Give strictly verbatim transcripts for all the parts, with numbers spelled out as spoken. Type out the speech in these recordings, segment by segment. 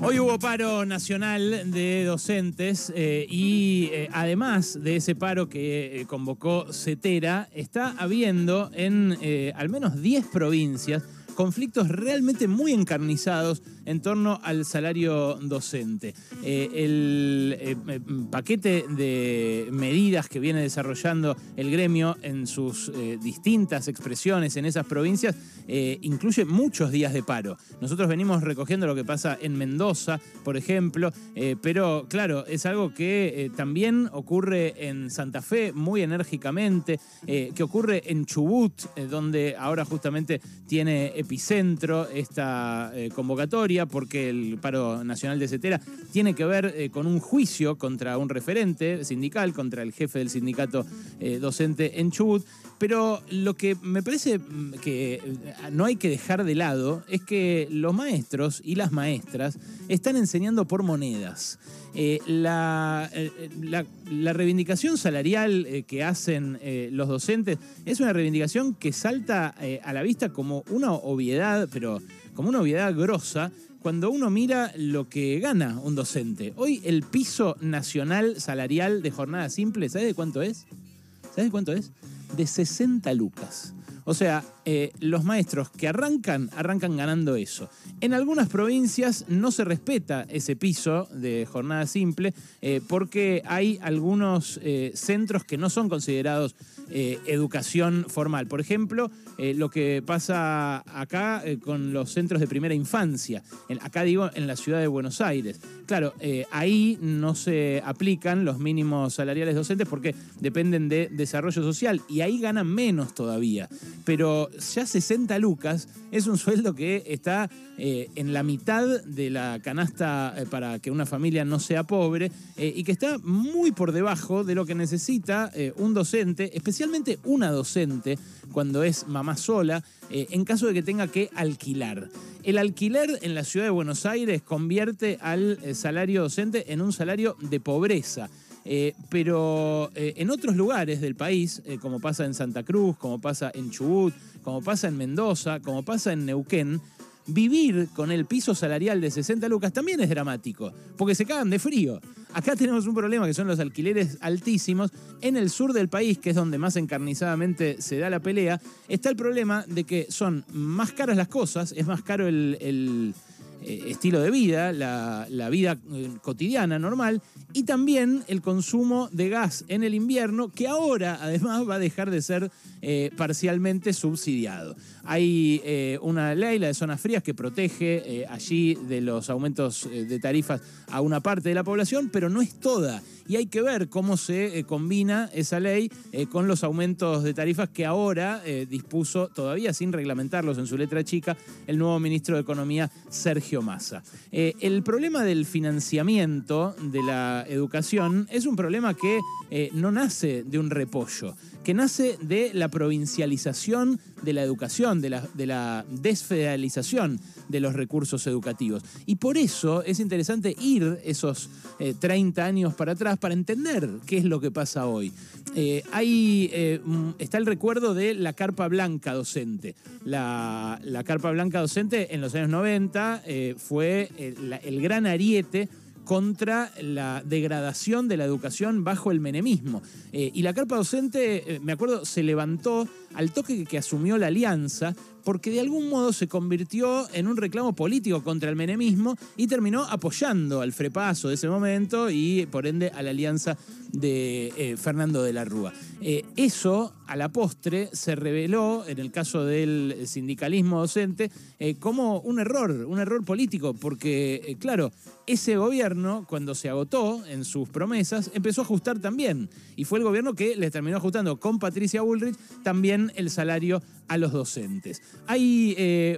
Hoy hubo paro nacional de docentes eh, y eh, además de ese paro que eh, convocó CETERA, está habiendo en eh, al menos diez provincias conflictos realmente muy encarnizados en torno al salario docente. Eh, el eh, paquete de medidas que viene desarrollando el gremio en sus eh, distintas expresiones en esas provincias eh, incluye muchos días de paro. Nosotros venimos recogiendo lo que pasa en Mendoza, por ejemplo, eh, pero claro, es algo que eh, también ocurre en Santa Fe muy enérgicamente, eh, que ocurre en Chubut, eh, donde ahora justamente tiene epicentro esta eh, convocatoria, porque el paro nacional de CETERA tiene que ver eh, con un juicio contra un referente sindical, contra el jefe del sindicato eh, docente en Chubut. Pero lo que me parece que no hay que dejar de lado es que los maestros y las maestras están enseñando por monedas. Eh, la, eh, la, la reivindicación salarial eh, que hacen eh, los docentes es una reivindicación que salta eh, a la vista como una obviedad, pero como una obviedad grosa, cuando uno mira lo que gana un docente. Hoy el piso nacional salarial de jornada simple, ¿sabes de cuánto es? ¿Sabes de cuánto es? De sesenta lucas. O sea, eh, los maestros que arrancan, arrancan ganando eso. En algunas provincias no se respeta ese piso de jornada simple eh, porque hay algunos eh, centros que no son considerados eh, educación formal. Por ejemplo, eh, lo que pasa acá eh, con los centros de primera infancia. En, acá digo, en la ciudad de Buenos Aires. Claro, eh, ahí no se aplican los mínimos salariales docentes porque dependen de desarrollo social y ahí ganan menos todavía. Pero ya sesenta lucas es un sueldo que está eh, en la mitad de la canasta eh, para que una familia no sea pobre eh, y que está muy por debajo de lo que necesita eh, un docente, especialmente una docente cuando es mamá sola, eh, en caso de que tenga que alquilar. El alquiler en la ciudad de Buenos Aires convierte al eh, salario docente en un salario de pobreza. Eh, pero eh, en otros lugares del país, eh, como pasa en Santa Cruz, como pasa en Chubut, como pasa en Mendoza, como pasa en Neuquén, vivir con el piso salarial de sesenta lucas también es dramático, porque se cagan de frío. Acá tenemos un problema que son los alquileres altísimos. En el sur del país, que es donde más encarnizadamente se da la pelea, está el problema de que son más caras las cosas, es más caro el... el estilo de vida, la, la vida cotidiana, normal, y también el consumo de gas en el invierno, que ahora además va a dejar de ser eh, parcialmente subsidiado. Hay eh, una ley, la de zonas frías, que protege eh, allí de los aumentos eh, de tarifas a una parte de la población, pero no es toda. Y hay que ver cómo se eh, combina esa ley eh, con los aumentos de tarifas que ahora eh, dispuso, todavía sin reglamentarlos en su letra chica, el nuevo ministro de Economía, Sergio Massa. Eh, el problema del financiamiento de la educación es un problema que eh, no nace de un repollo, que nace de la provincialización de la educación, de la, de la desfederalización de los recursos educativos. Y por eso es interesante ir esos eh, treinta años para atrás para entender qué es lo que pasa hoy. Eh, hay, eh, está el recuerdo de la carpa blanca docente. La, la carpa blanca docente en los años noventa eh, fue el, la, el gran ariete contra la degradación de la educación bajo el menemismo. Eh, y la carpa docente, eh, me acuerdo, se levantó al toque que, que asumió la Alianza, porque de algún modo se convirtió en un reclamo político contra el menemismo y terminó apoyando al frepaso de ese momento y, por ende, a la alianza de eh, Fernando de la Rúa. Eh, eso, a la postre, se reveló, en el caso del sindicalismo docente, eh, como un error, un error político, porque, eh, claro, ese gobierno, cuando se agotó en sus promesas, empezó a ajustar también. Y fue el gobierno que les terminó ajustando con Patricia Bullrich también el salario a los docentes. Hay eh,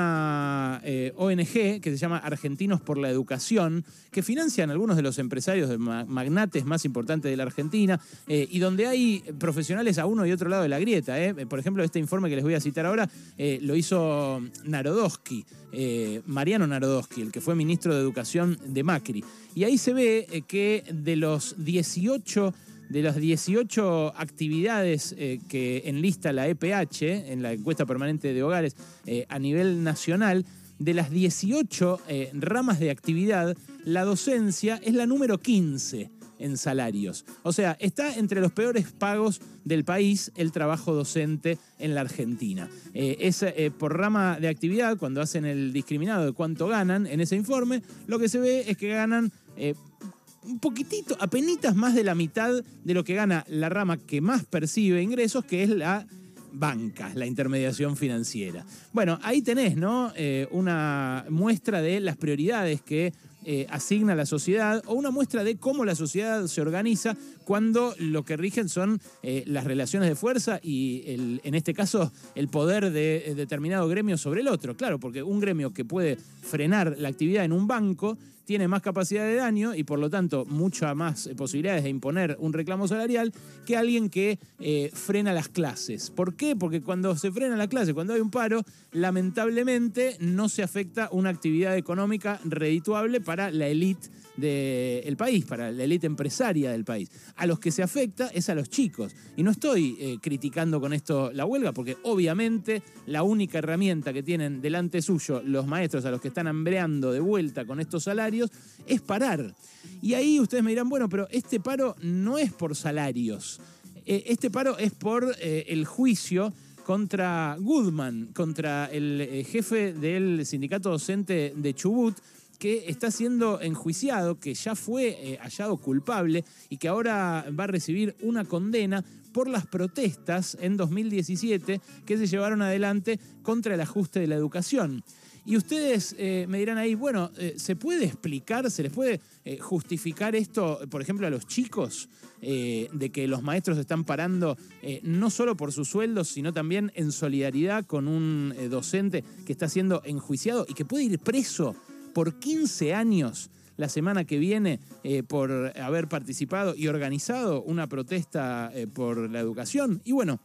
una eh, O N G que se llama Argentinos por la Educación, que financian algunos de los empresarios de magnates más importantes de la Argentina eh, y donde hay profesionales a uno y otro lado de la grieta. Eh. Por ejemplo, este informe que les voy a citar ahora eh, lo hizo Narodowski, eh, Mariano Narodowski, el que fue ministro de Educación de Macri. Y ahí se ve eh, que de los dieciocho... De las dieciocho actividades eh, que enlista la E P H, en la encuesta permanente de hogares eh, a nivel nacional, de las dieciocho eh, ramas de actividad, la docencia es la número quince en salarios. O sea, está entre los peores pagos del país el trabajo docente en la Argentina. Eh, es eh, por rama de actividad, cuando hacen el discriminado de cuánto ganan en ese informe, lo que se ve es que ganan eh, un poquitito, apenitas más de la mitad de lo que gana la rama que más percibe ingresos, que es la banca, la intermediación financiera. Bueno, ahí tenés, ¿no? Eh, una muestra de las prioridades que Eh, asigna la sociedad, o una muestra de cómo la sociedad se organiza cuando lo que rigen son eh, las relaciones de fuerza y, el, en este caso, el poder de eh, determinado gremio sobre el otro. Claro, porque un gremio que puede frenar la actividad en un banco tiene más capacidad de daño y, por lo tanto, muchas más posibilidades de imponer un reclamo salarial que alguien que eh, frena las clases. ¿Por qué? Porque cuando se frena la clase, cuando hay un paro, lamentablemente no se afecta una actividad económica redituable para la élite del país, para la élite empresaria del país. A los que se afecta es a los chicos. Y no estoy eh, criticando con esto la huelga, porque obviamente la única herramienta que tienen delante suyo los maestros, a los que están hambreando de vuelta con estos salarios, es parar. Y ahí ustedes me dirán, bueno, pero este paro no es por salarios. Eh, este paro es por eh, el juicio contra Goodman, contra el eh, jefe del sindicato docente de Chubut, que está siendo enjuiciado, que ya fue eh, hallado culpable y que ahora va a recibir una condena por las protestas en dos mil diecisiete que se llevaron adelante contra el ajuste de la educación. Y ustedes eh, me dirán ahí, bueno, eh, ¿se puede explicar, se les puede eh, justificar esto, por ejemplo, a los chicos, eh, de que los maestros están parando eh, no solo por sus sueldos, sino también en solidaridad con un eh, docente que está siendo enjuiciado y que puede ir preso por quince años la semana que viene eh, por haber participado y organizado una protesta eh, por la educación? Y bueno,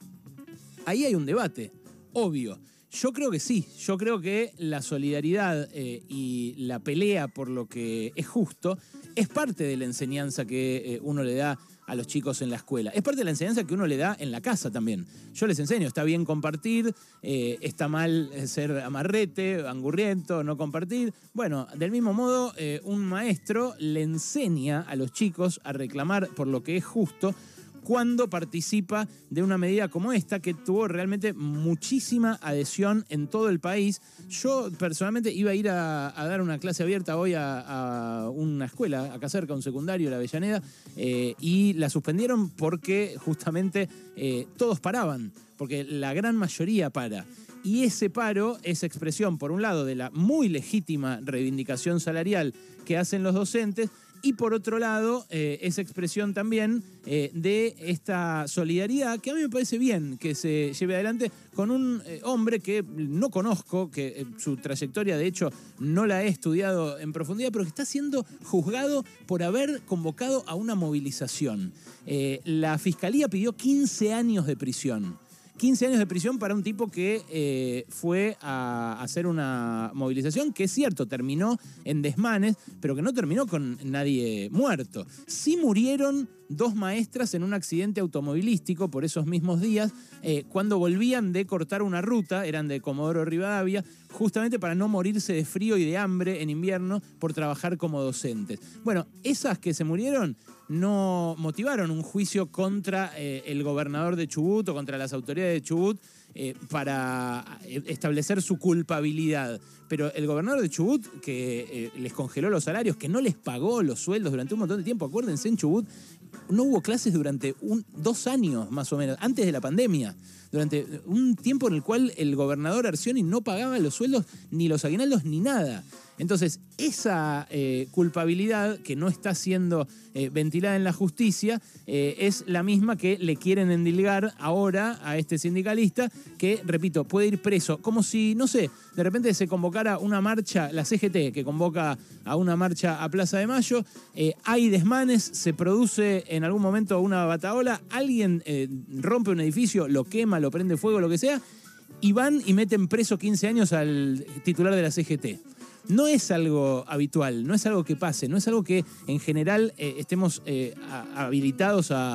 ahí hay un debate, obvio. Yo creo que sí, yo creo que la solidaridad eh, y la pelea por lo que es justo es parte de la enseñanza que eh, uno le da a los chicos en la escuela. Es parte de la enseñanza que uno le da en la casa también. Yo les enseño, está bien compartir, eh, está mal ser amarrete, angurriento, no compartir. Bueno, del mismo modo, eh, un maestro le enseña a los chicos a reclamar por lo que es justo cuando participa de una medida como esta, que tuvo realmente muchísima adhesión en todo el país. Yo personalmente iba a ir a, a dar una clase abierta hoy a, a una escuela, acá cerca, un secundario, la Avellaneda, eh, y la suspendieron porque justamente eh, todos paraban, porque la gran mayoría para. Y ese paro es expresión, por un lado, de la muy legítima reivindicación salarial que hacen los docentes, y por otro lado, eh, es expresión también eh, de esta solidaridad que a mí me parece bien que se lleve adelante con un eh, hombre que no conozco, que eh, su trayectoria de hecho no la he estudiado en profundidad, pero que está siendo juzgado por haber convocado a una movilización. Eh, la Fiscalía pidió quince años de prisión. quince años de prisión para un tipo que eh, fue a hacer una movilización que, es cierto, terminó en desmanes, pero que no terminó con nadie muerto. Sí murieron dos maestras en un accidente automovilístico por esos mismos días, eh, cuando volvían de cortar una ruta, eran de Comodoro Rivadavia, justamente para no morirse de frío y de hambre en invierno por trabajar como docentes. Bueno, esas que se murieron no motivaron un juicio contra eh, el gobernador de Chubut o contra las autoridades de Chubut eh, para establecer su culpabilidad. Pero el gobernador de Chubut, que eh, les congeló los salarios, que no les pagó los sueldos durante un montón de tiempo, acuérdense, en Chubut no hubo clases durante un, dos años más o menos, antes de la pandemia. Durante un tiempo en el cual el gobernador Arcioni no pagaba los sueldos, ni los aguinaldos, ni nada. Entonces, esa eh, culpabilidad que no está siendo eh, ventilada en la justicia eh, es la misma que le quieren endilgar ahora a este sindicalista que, repito, puede ir preso. Como si, no sé, de repente se convocara una marcha, la C G T, que convoca a una marcha a Plaza de Mayo, eh, hay desmanes, se produce en algún momento una batahola, alguien eh, rompe un edificio, lo quema, lo prende fuego, lo que sea, y van y meten preso quince años al titular de la C G T. No es algo habitual, no es algo que pase, no es algo que en general eh, estemos eh, a, habilitados a,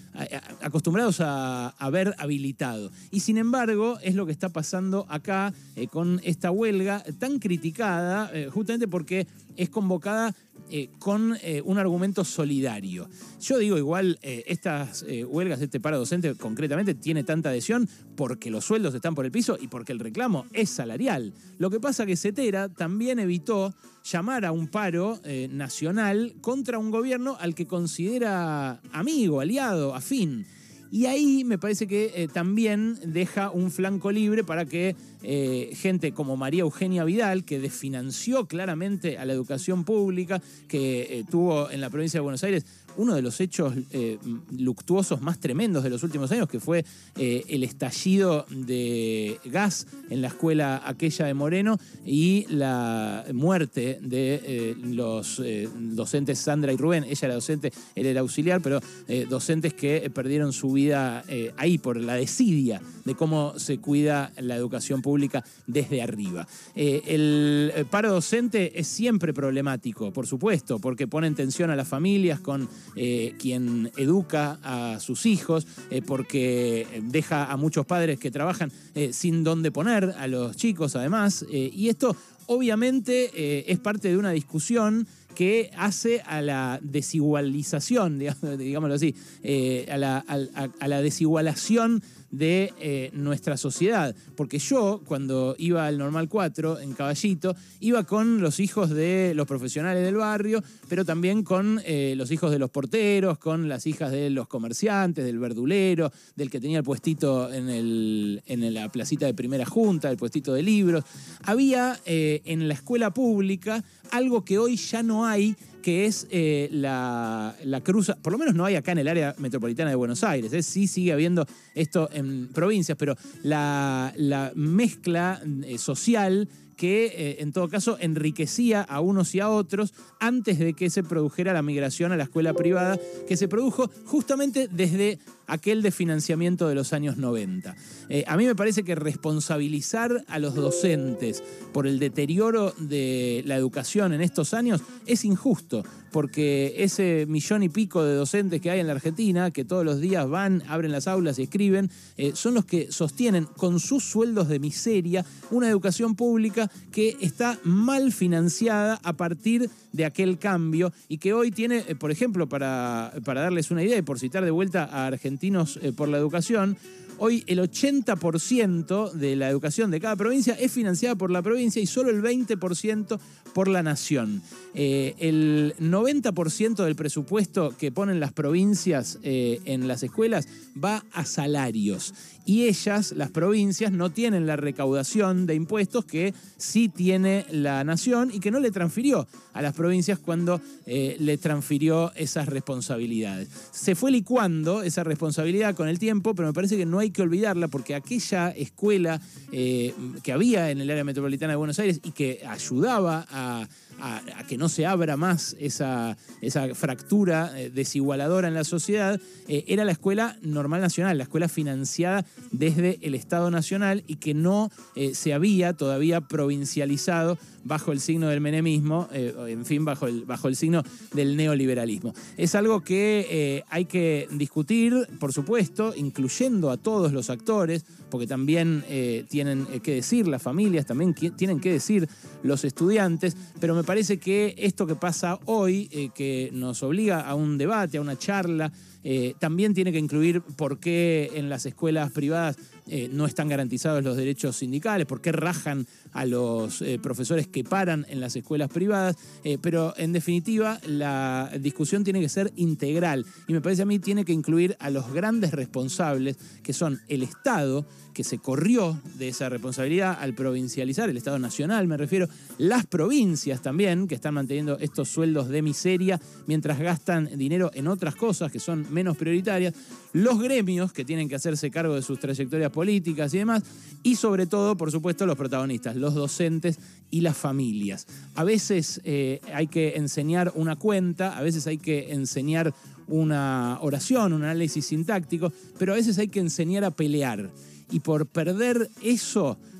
acostumbrados a, a ver habilitado. Y sin embargo, es lo que está pasando acá eh, con esta huelga tan criticada, eh, justamente porque es convocada eh, con eh, un argumento solidario. Yo digo igual, eh, estas eh, huelgas, este paro docente concretamente tiene tanta adhesión porque los sueldos están por el piso y porque el reclamo es salarial. Lo que pasa que Cetera también evitó llamar a un paro eh, nacional contra un gobierno al que considera amigo, aliado, afín. Y ahí me parece que eh, también deja un flanco libre para que eh, gente como María Eugenia Vidal, que desfinanció claramente a la educación pública, que eh, tuvo en la provincia de Buenos Aires uno de los hechos eh, luctuosos más tremendos de los últimos años, que fue eh, el estallido de gas en la escuela aquella de Moreno y la muerte de eh, los eh, docentes Sandra y Rubén. Ella era docente, él era auxiliar, pero eh, docentes que eh, perdieron su vida eh, ahí por la desidia de cómo se cuida la educación pública desde arriba. Eh, el paro docente es siempre problemático, por supuesto, porque pone en tensión a las familias con Eh, quien educa a sus hijos, eh, porque deja a muchos padres que trabajan eh, sin dónde poner a los chicos, además. Eh, y esto, obviamente, eh, es parte de una discusión que hace a la desigualización, digamos, digámoslo así, eh, a, la, a, a la desigualación de eh, nuestra sociedad. Porque yo, cuando iba al Normal cuatro, en Caballito, iba con los hijos de los profesionales del barrio, pero también con eh, los hijos de los porteros, con las hijas de los comerciantes, del verdulero, del que tenía el puestito en, el, en la placita de Primera Junta, el puestito de libros. Había eh, en la escuela pública algo que hoy ya no hay, que es eh, la, la cruza, por lo menos no hay acá en el área metropolitana de Buenos Aires, ¿eh? Sí sigue habiendo esto en provincias, pero la, la mezcla eh, social que eh, en todo caso enriquecía a unos y a otros antes de que se produjera la migración a la escuela privada, que se produjo justamente desde aquel desfinanciamiento de los años noventa. Eh, a mí me parece que responsabilizar a los docentes por el deterioro de la educación en estos años es injusto, porque ese millón y pico de docentes que hay en la Argentina, que todos los días van, abren las aulas y escriben, eh, son los que sostienen con sus sueldos de miseria una educación pública que está mal financiada a partir de aquel cambio y que hoy tiene, eh, por ejemplo, para, para darles una idea y por citar de vuelta a Argentinos eh, por la Educación, hoy el ochenta por ciento de la educación de cada provincia es financiada por la provincia y solo el veinte por ciento por la nación. Eh, el noventa por ciento del presupuesto que ponen las provincias eh, en las escuelas va a salarios. Y ellas, las provincias, no tienen la recaudación de impuestos que sí tiene la nación y que no le transfirió a las provincias cuando eh, le transfirió esas responsabilidades. Se fue licuando esa responsabilidad con el tiempo, pero me parece que no hay que olvidarla porque aquella escuela eh, que había en el área metropolitana de Buenos Aires y que ayudaba a A, a que no se abra más esa, esa fractura eh, desigualadora en la sociedad, eh, era la Escuela Normal Nacional, la escuela financiada desde el Estado Nacional y que no eh, se había todavía provincializado bajo el signo del menemismo, eh, en fin, bajo el, bajo el signo del neoliberalismo. Es algo que eh, hay que discutir, por supuesto, incluyendo a todos los actores, porque también eh, tienen que decir las familias, también tienen que decir los estudiantes, pero me parece que esto que pasa hoy, eh, que nos obliga a un debate, a una charla, eh, también tiene que incluir por qué en las escuelas privadas eh, no están garantizados los derechos sindicales, por qué rajan a los eh, profesores que paran en las escuelas privadas, eh, pero en definitiva la discusión tiene que ser integral y me parece a mí tiene que incluir a los grandes responsables que son el Estado, que se corrió de esa responsabilidad al provincializar, el Estado Nacional me refiero, las provincias también, que están manteniendo estos sueldos de miseria mientras gastan dinero en otras cosas que son menos prioritarias, los gremios que tienen que hacerse cargo de sus trayectorias políticas y demás, y sobre todo, por supuesto, los protagonistas, los docentes y las familias. A veces eh, hay que enseñar una cuenta, a veces hay que enseñar una oración, un análisis sintáctico, pero a veces hay que enseñar a pelear. Y por perder eso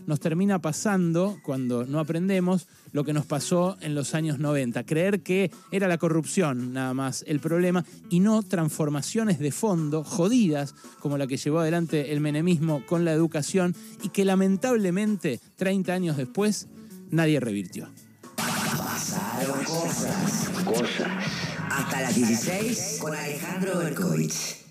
nos termina pasando, cuando no aprendemos, lo que nos pasó en los años noventa. Creer que era la corrupción nada más el problema y no transformaciones de fondo jodidas como la que llevó adelante el menemismo con la educación y que lamentablemente treinta años después nadie revirtió. Pasaron cosas. Cosas. Hasta las dieciséis con Alejandro Berkovich.